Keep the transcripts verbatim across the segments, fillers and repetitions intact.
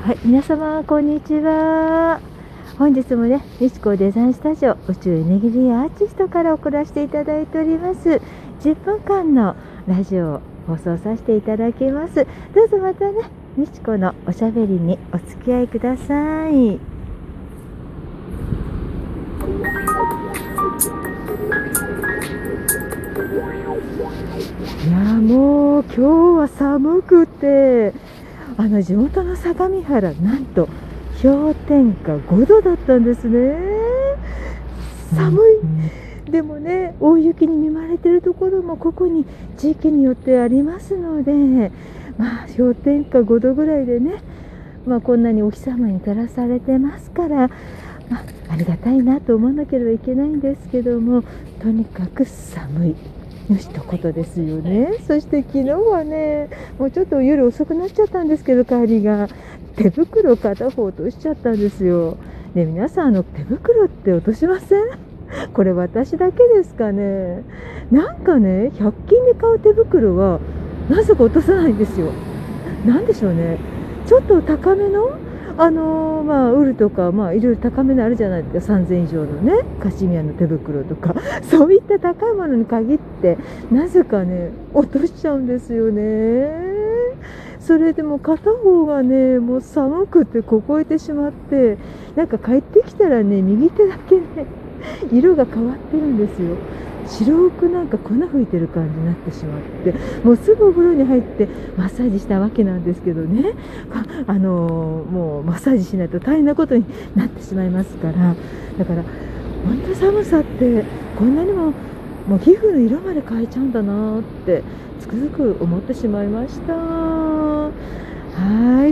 はい、皆様こんにちは。本日もね、ミチコデザインスタジオ宇宙エネルギーアーティストから送らせていただいておりますじゅっぷんかんのラジオを放送させていただきます。どうぞまたね、ミチコのおしゃべりにお付き合いください。いやもう今日は寒くて、あの地元の相模原、なんと氷点下ごどだったんですね。寒い。でもね、大雪に見舞われているところもここに地域によってありますので、まあ氷点下ごどぐらいでね、まあ、こんなにお日様に照らされてますから、まあ、ありがたいなと思わなければいけないんですけども、とにかく寒いの一言ですよね。そして昨日はね、もうちょっと夜遅くなっちゃったんですけど、帰りが手袋片方落としちゃったんですよ。ね、皆さん、あの手袋って落としません？これ私だけですかね。なんかね、ひゃく均で買う手袋はなぜか落とさないんですよ。なんでしょうね。ちょっと高めのあのー、まあウルとか、まあいろいろ高めのあるじゃないですか。さんぜん以上のね、カシミヤの手袋とかそういった高いものに限ってなぜかね落としちゃうんですよね。それでも片方がね、もう寒くて凍えてしまって、なんか帰ってきたらね、右手だけね色が変わってるんですよ。白くなんか粉吹いてる感じになってしまって、もうすぐお風呂に入ってマッサージしたわけなんですけどね、あのー、もうマッサージしないと大変なことになってしまいますから、だから本当寒さってこんなにももう皮膚の色まで変えちゃうんだなってつくづく思ってしまいました。はい、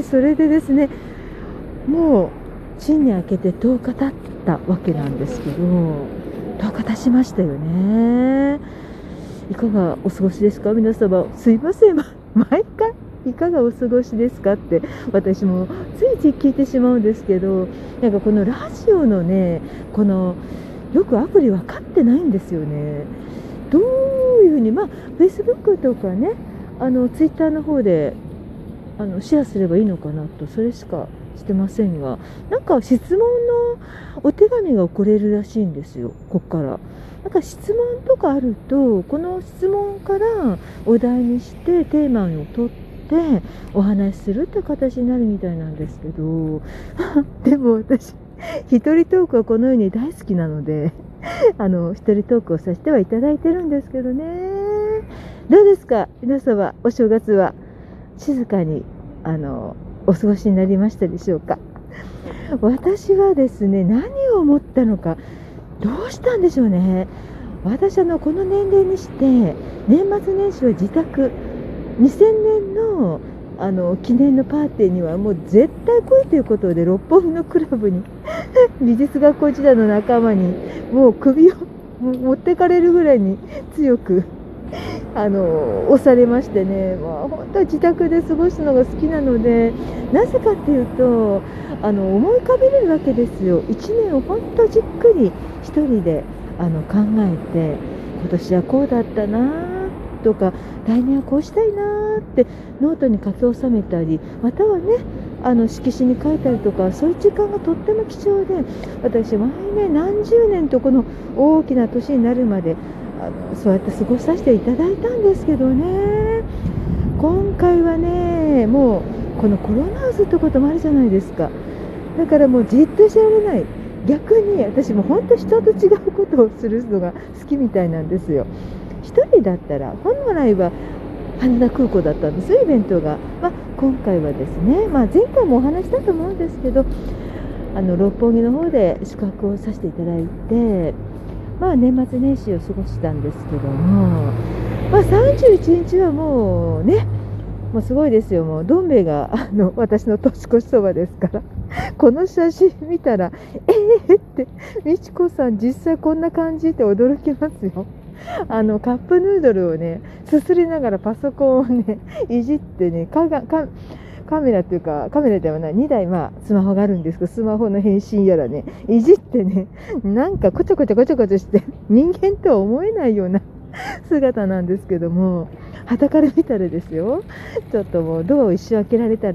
それでですね、もう新年明けてとおか経ったわけなんですけど、とおか経ちましたよね。いかがお過ごしですか皆様。すいません、毎回いかがお過ごしですかって私もついつい聞いてしまうんですけど、なんかこのラジオのね、このよくアプリ分かってないんですよね。どういうふうに、まあ Facebook とかね、あの Twitter の方であのシェアすればいいのかなと、それしかしてませんが、なんか質問のお手紙が送れるらしいんですよ、ここから。なんか質問とかあると、この質問からお題にしてテーマを取ってお話しするって形になるみたいなんですけどでも私一人トークはこのように大好きなのであの一人トークをさせてはいただいてるんですけどね。どうですか皆様、お正月は静かにあのお過ごしになりましたでしょうか。私はですね、何を思ったのか、どうしたんでしょうね。私あのこの年齢にして年末年始は自宅、にせんねんのあの記念のパーティーにはもう絶対来いということで、六本木のクラブに美術学校時代の仲間にもう首を持ってかれるぐらいに強くあの押されましてね、まあ、本当は自宅で過ごすのが好きなので、なぜかっていうとあの思い浮かべれるわけですよ。いちねんを本当じっくり一人であの考えて、今年はこうだったなとか来年はこうしたいなってノートに書き収めたり、またはねあの色紙に書いたりとか、そういう時間がとっても貴重で、私毎年何十年とこの大きな年になるまであのそうやって過ごさせていただいたんですけどね、今回はね、もうこのコロナウイルスってこともあるじゃないですか。だからもうじっとしてられない。逆に私も本当人と違うことをするのが好きみたいなんですよ。一人だったら本来は羽田空港だったんですよ、イベントが。まあ、今回はですね、まあ、前回もお話したと思うんですけど、あの六本木の方で宿泊をさせていただいて、まあ、年末年始を過ごしたんですけども、まあ、さんじゅういちにちはもうね、もうすごいですよ。もうどん兵衛があの私の年越しそばですからこの写真見たらえーって美智子さん実際こんな感じって驚きますよ。あのカップヌードルをねすすりながらパソコンをねいじってね、かがかカメラっていうかカメラではないにだい、まあスマホがあるんですけど、スマホの返信やらねいじってね、なんかこちょこちょこちょこちょして人間とは思えないような姿なんですけども、傍から見たらですよ、ちょっともうドアを一瞬開けられたらえっ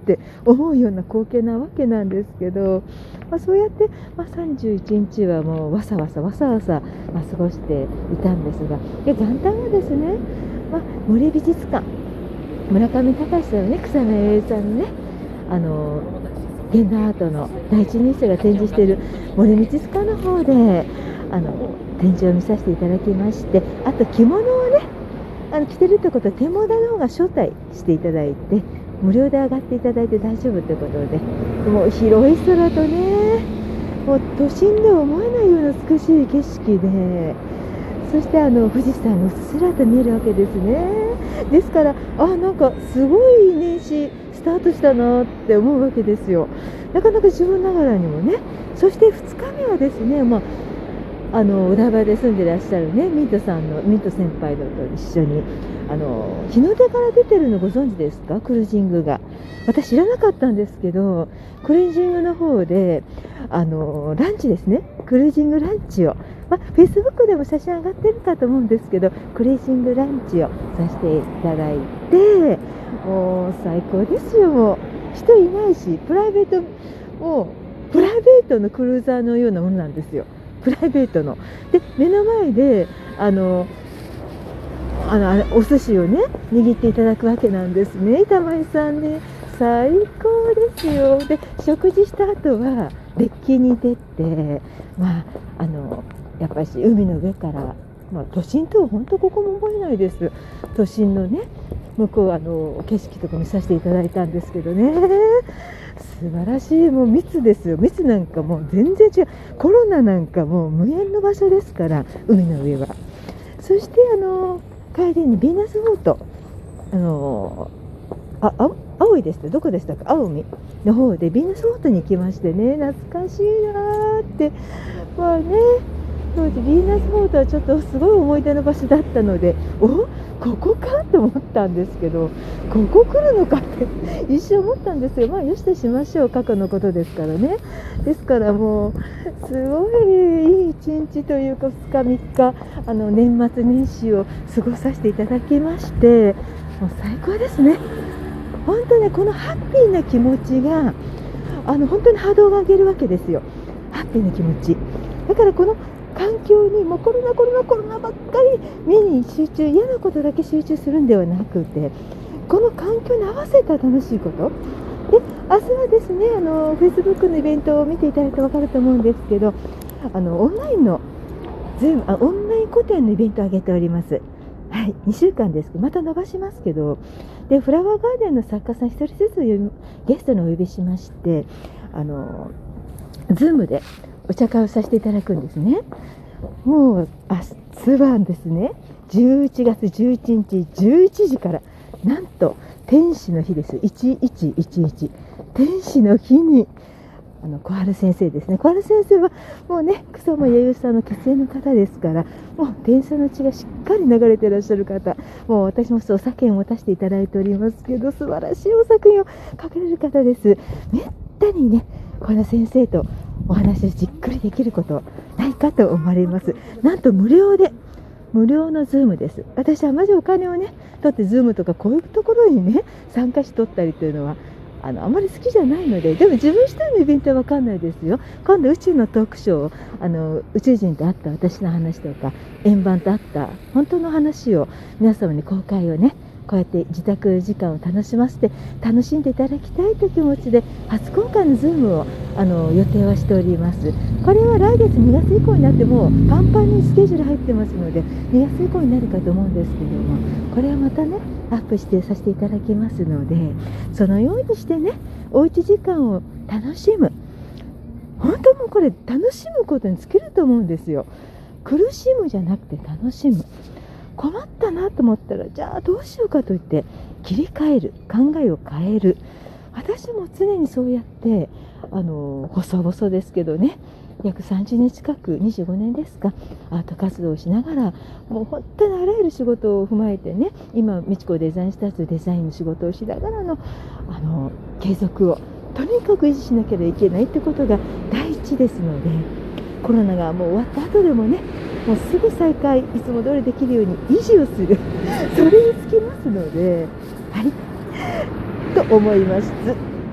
って思うような光景なわけなんですけど、まあ、そうやって、まあ、さんじゅういちにちはもうわさわさわさわさ、まあ、過ごしていたんですが、で元旦はですね、まあ、森美術館、村上隆さんのね、草間彌生さんのね、あの現代アートの第一人者が展示している森美術館の方であの展示を見させていただきまして、あと着物をねあの着てるってことは展望台の方が招待していただいて、無料で上がっていただいて大丈夫ということで、もう広い空とね、もう都心では思えないような美しい景色で、そしてあの富士山がうっすらと見えるわけですね。ですから、あ、なんかすごい年始スタートしたなって思うわけですよ。なかなか自分ながらにもね。そしてふつかめはですね、まああの浦和で住んでらっしゃるね、ミントさんのミント先輩のと一緒にあの日の出から出てるのご存知ですか？クルージングが。私知らなかったんですけど、クルージングの方であのランチですね、クルージングランチを、まあ、フェイスブックでも写真上がってるかと思うんですけど、クルージングランチをさせていただいて、もう最高ですよ。もう人いないし、プライベートもうプライベートのクルーザーのようなものなんですよ。プライベートので目の前であのあのあれお寿司をね握っていただくわけなんですね、板前さんに。最高ですよ。で食事した後はデッキに出て、まああのやっぱり海の上から、まあ、都心とは本当ここも思えないです。都心のね向こうあの景色とか見させていただいたんですけどね、素晴らしい。もう密ですよ。密なんかもう全然違う。コロナなんかもう無縁の場所ですから、海の上は。そしてあの帰りにヴィーナスフォート、あのあ青青いですね、どこでしたか、青海の方でヴィーナスフォートに行きましてね、懐かしいなーって。まあね、当時ヴィーナスフォートはちょっとすごい思い出の場所だったので、おここかと思ったんですけど、ここ来るのかって一瞬思ったんですよ。まあよしとしましょう、過去のことですからね。ですからもうすごいいい一日というかふつかみっか、あの年末年始を過ごさせていただきまして、もう最高ですね。本当ね、このハッピーな気持ちがあの本当に波動が上げるわけですよ。ハッピーな気持ちだから、この環境にもうコロナコロナコロナばっかり目に集中、嫌なことだけ集中するんではなくて、この環境に合わせた楽しいことで、明日はですね、あのフェイスブックのイベントを見ていただいて分かると思うんですけど、あのオンラインのズームあオンライン個展のイベントを上げております。はい、にしゅうかんですけど、また伸ばしますけど、でフラワーガーデンの作家さん一人ずつゲストにお呼びしまして、あのズームでお茶会をさせていただくんですね。もう明日はですね、じゅういちがつじゅういちにちじゅういちじから、なんと天使の日です。いちいちいちいち天使の日に、あの小春先生ですね。小春先生はもうね、草間彌生さんの血縁の方ですから、もう天才の血がしっかり流れていらっしゃる方、もう私もお酒を持たせていただいておりますけど、素晴らしいお作品を書かれる方です。めったにね、小春先生とお話をじっくりできることないかと思われます。なんと無料で、無料のズームです。私はまじお金をね取ってズームとかこういうところにね参加しとったりというのはあのあまり好きじゃないので、でも自分一人のイベントは分かんないですよ。今度宇宙のトークショー、あの宇宙人と会った私の話とか、円盤と会った本当の話を皆様に公開をね、こうやって自宅時間を楽しませて楽しんでいただきたいという気持ちで、初公開のズームをあの予定はしております。これは来月にがつ以降になってもパンパンにスケジュール入ってますので、にがつ以降になるかと思うんですけども、これはまたねアップしてさせていただきますので、そのようにしてね、おうち時間を楽しむ、本当もうこれ楽しむことに尽きると思うんですよ。苦しむじゃなくて楽しむ。困ったなと思ったら、じゃあどうしようかと言って切り替える、考えを変える。私も常にそうやってあの細々ですけどね、約さんじゅうねん近く、にじゅうごねんですか、アート活動をしながら、もう本当にあらゆる仕事を踏まえてね、今美智子デザインスタッフデザインの仕事をしながらのあの継続をとにかく維持しなければいけないってことが第一ですので、コロナがもう終わった後でもね、もうすぐ再開いつも通りできるように維持をするそれにつきますので、はいと思います。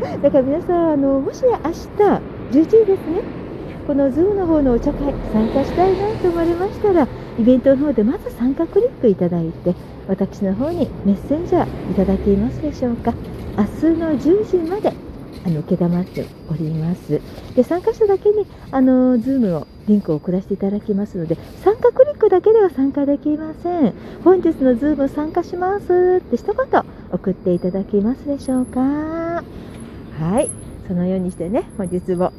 だから皆さん、あのもし明日じゅういちじですね、この Zoom の方のお茶会参加したいなと思われましたら、イベントの方でまず参加クリックいただいて、私の方にメッセンジャーいただけますでしょうか。明日のじゅうじまであの承っております。で、参加者だけにあの Zoom のリンクを送らせていただきますので、参加クリックだけでは参加できません。本日の Zoom 参加しますって一言送っていただけますでしょうか。はい、そのようにしてね、本日も、はい、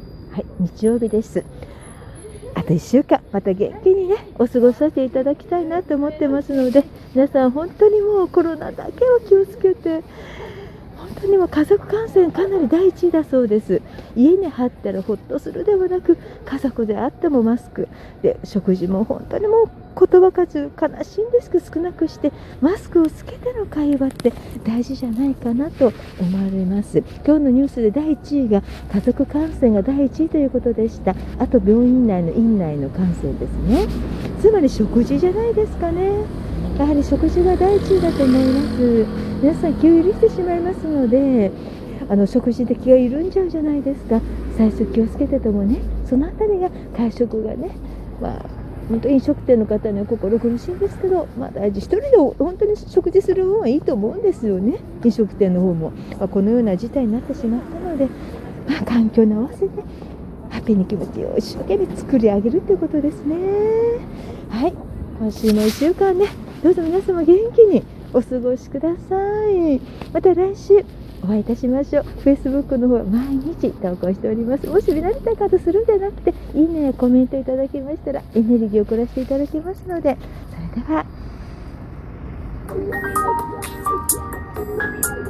日曜日です。あといっしゅうかん、また元気にね、お過ごさせていただきたいなと思ってますので、皆さん本当にもうコロナだけは気をつけて、本当にもう家族感染かなり第一位だそうです。家に入ったらほっとするではなく、家族であってもマスクで、食事も本当にもう言葉数悲しいんですけど少なくして、マスクをつけての会話って大事じゃないかなと思われます。今日のニュースでだいいちいが家族感染がだいいちいということでした。あと病院内の院内の感染ですね。つまり食事じゃないですかね。やはり食事が第一位だと思います。皆さん気を許してしまいますので、あの食事で気が緩んじゃうじゃないですか。最初気をつけててもね、そのあたりが会食がね、まあ本当に飲食店の方には心苦しいんですけど、まあ大事、一人で本当に食事する方がいいと思うんですよね。飲食店の方も、まあ、このような事態になってしまったので、まあ、環境に合わせてハッピーに気持ちを一生懸命作り上げるということですね。はい、今週もいっしゅうかんね、どうぞ皆様元気にお過ごしください。また来週お会いいたしましょう。 Facebook の方は毎日投稿しております。もし見られた方するんじゃなくて、いいね、コメントいただけましたらエネルギーを送らせていただきますので、それでは